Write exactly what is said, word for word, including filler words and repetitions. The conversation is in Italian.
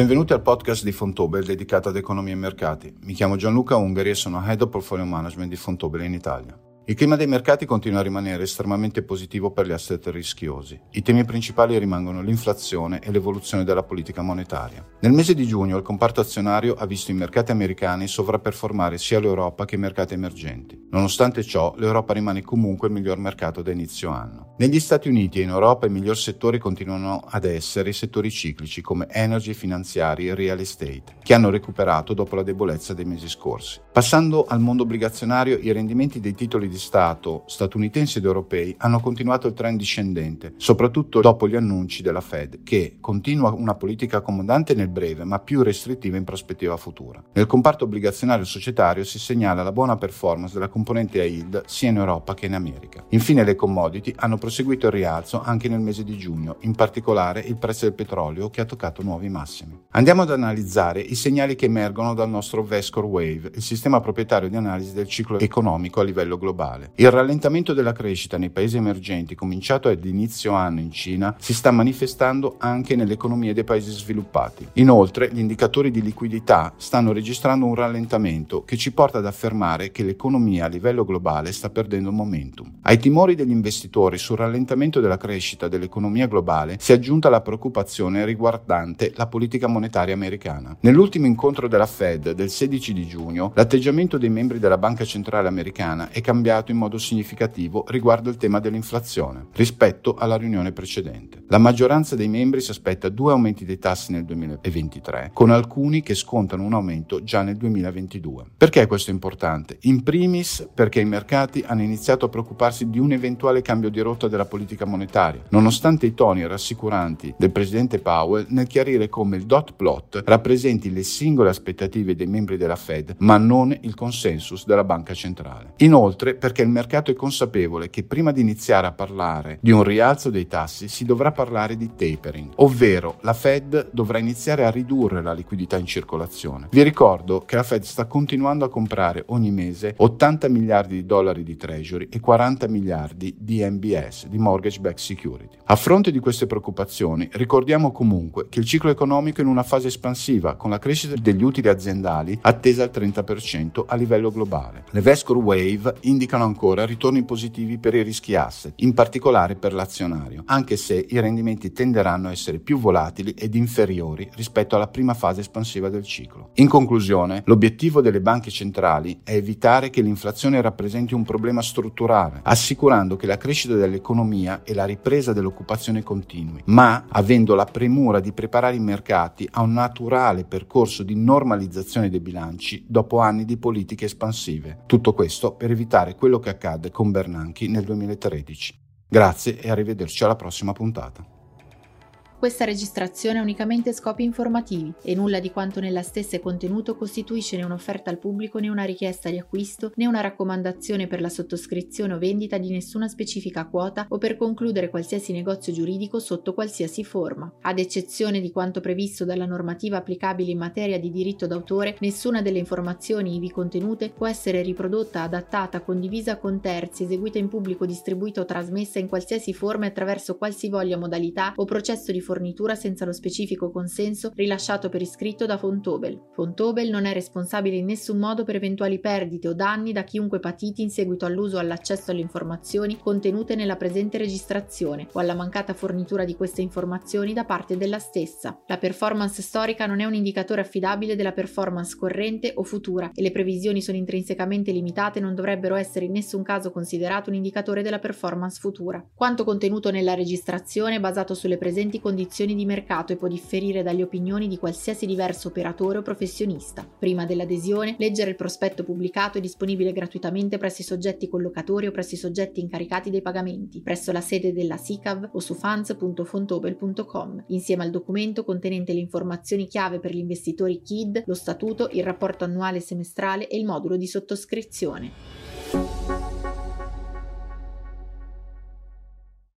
Benvenuti al podcast di Vontobel dedicato ad economia e mercati. Mi chiamo Gianluca Ungari e sono Head of Portfolio Management di Vontobel in Italia. Il clima dei mercati continua a rimanere estremamente positivo per gli asset rischiosi. I temi principali rimangono l'inflazione e l'evoluzione della politica monetaria. Nel mese di giugno il comparto azionario ha visto i mercati americani sovrapperformare sia l'Europa che i mercati emergenti. Nonostante ciò, l'Europa rimane comunque il miglior mercato da inizio anno. Negli Stati Uniti e in Europa i miglior settori continuano ad essere i settori ciclici come energy, finanziari e real estate, che hanno recuperato dopo la debolezza dei mesi scorsi. Passando al mondo obbligazionario, i rendimenti dei titoli di Stato statunitensi ed europei hanno continuato il trend discendente, soprattutto dopo gli annunci della Fed, che continua una politica accomodante nel breve ma più restrittiva in prospettiva futura. Nel comparto obbligazionario societario si segnala la buona performance della componente a yield sia in Europa che in America. Infine le commodity hanno proseguito il rialzo anche nel mese di giugno, in particolare il prezzo del petrolio che ha toccato nuovi massimi. Andiamo ad analizzare i segnali che emergono dal nostro Vescore Wave, il sistema proprietario di analisi del ciclo economico a livello globale. Il rallentamento della crescita nei paesi emergenti, cominciato ad inizio anno in Cina, si sta manifestando anche nelle economie dei paesi sviluppati. Inoltre, gli indicatori di liquidità stanno registrando un rallentamento che ci porta ad affermare che l'economia a livello globale sta perdendo momentum. Ai timori degli investitori sul rallentamento della crescita dell'economia globale si è aggiunta la preoccupazione riguardante la politica monetaria americana. Nell'ultimo incontro della Fed del sedici di giugno, l'atteggiamento dei membri della Banca Centrale Americana è cambiato in modo significativo riguardo il tema dell'inflazione rispetto alla riunione precedente. La maggioranza dei membri si aspetta due aumenti dei tassi nel duemilaventitré, con alcuni che scontano un aumento già nel duemilaventidue. Perché questo è importante? In primis perché i mercati hanno iniziato a preoccuparsi di un eventuale cambio di rotta della politica monetaria, nonostante i toni rassicuranti del presidente Powell nel chiarire come il dot plot rappresenti le singole aspettative dei membri della Fed, ma non il consensus della banca centrale. Inoltre perché il mercato è consapevole che prima di iniziare a parlare di un rialzo dei tassi si dovrà parlare di tapering, ovvero la Fed dovrà iniziare a ridurre la liquidità in circolazione. Vi ricordo che la Fed sta continuando a comprare ogni mese ottanta miliardi di dollari di treasury e quaranta miliardi di M B S, di mortgage backed security. A fronte di queste preoccupazioni, ricordiamo comunque che il ciclo economico è in una fase espansiva, con la crescita degli utili aziendali attesa al trenta per cento a livello globale. Le Vescore Wave indicano ancora ritorni positivi per i rischi asset, in particolare per l'azionario, anche se i rendimenti tenderanno a essere più volatili ed inferiori rispetto alla prima fase espansiva del ciclo. In conclusione, l'obiettivo delle banche centrali è evitare che l'inflazione rappresenti un problema strutturale, assicurando che la crescita dell'economia e la ripresa dell'occupazione continui, ma avendo la premura di preparare i mercati a un naturale percorso di normalizzazione dei bilanci dopo anni di politiche espansive. Tutto questo per evitare quello che accadde con Bernanke nel duemilatredici. Grazie e arrivederci alla prossima puntata. Questa registrazione ha unicamente scopi informativi e nulla di quanto nella stessa è contenuto costituisce né un'offerta al pubblico né una richiesta di acquisto né una raccomandazione per la sottoscrizione o vendita di nessuna specifica quota o per concludere qualsiasi negozio giuridico sotto qualsiasi forma. Ad eccezione di quanto previsto dalla normativa applicabile in materia di diritto d'autore, nessuna delle informazioni ivi contenute può essere riprodotta, adattata, condivisa con terzi, eseguita in pubblico, distribuita o trasmessa in qualsiasi forma e attraverso qualsivoglia modalità o processo di fornitura senza lo specifico consenso rilasciato per iscritto da Vontobel. Vontobel non è responsabile in nessun modo per eventuali perdite o danni da chiunque patiti in seguito all'uso o all'accesso alle informazioni contenute nella presente registrazione o alla mancata fornitura di queste informazioni da parte della stessa. La performance storica non è un indicatore affidabile della performance corrente o futura e le previsioni sono intrinsecamente limitate e non dovrebbero essere in nessun caso considerato un indicatore della performance futura. Quanto contenuto nella registrazione è basato sulle presenti condizioni di mercato e può differire dalle opinioni di qualsiasi diverso operatore o professionista. Prima dell'adesione, leggere il prospetto pubblicato è disponibile gratuitamente presso i soggetti collocatori o presso i soggetti incaricati dei pagamenti, presso la sede della S I C A V o su funds punto vontobel punto com, insieme al documento contenente le informazioni chiave per gli investitori K I D, lo statuto, il rapporto annuale e semestrale e il modulo di sottoscrizione.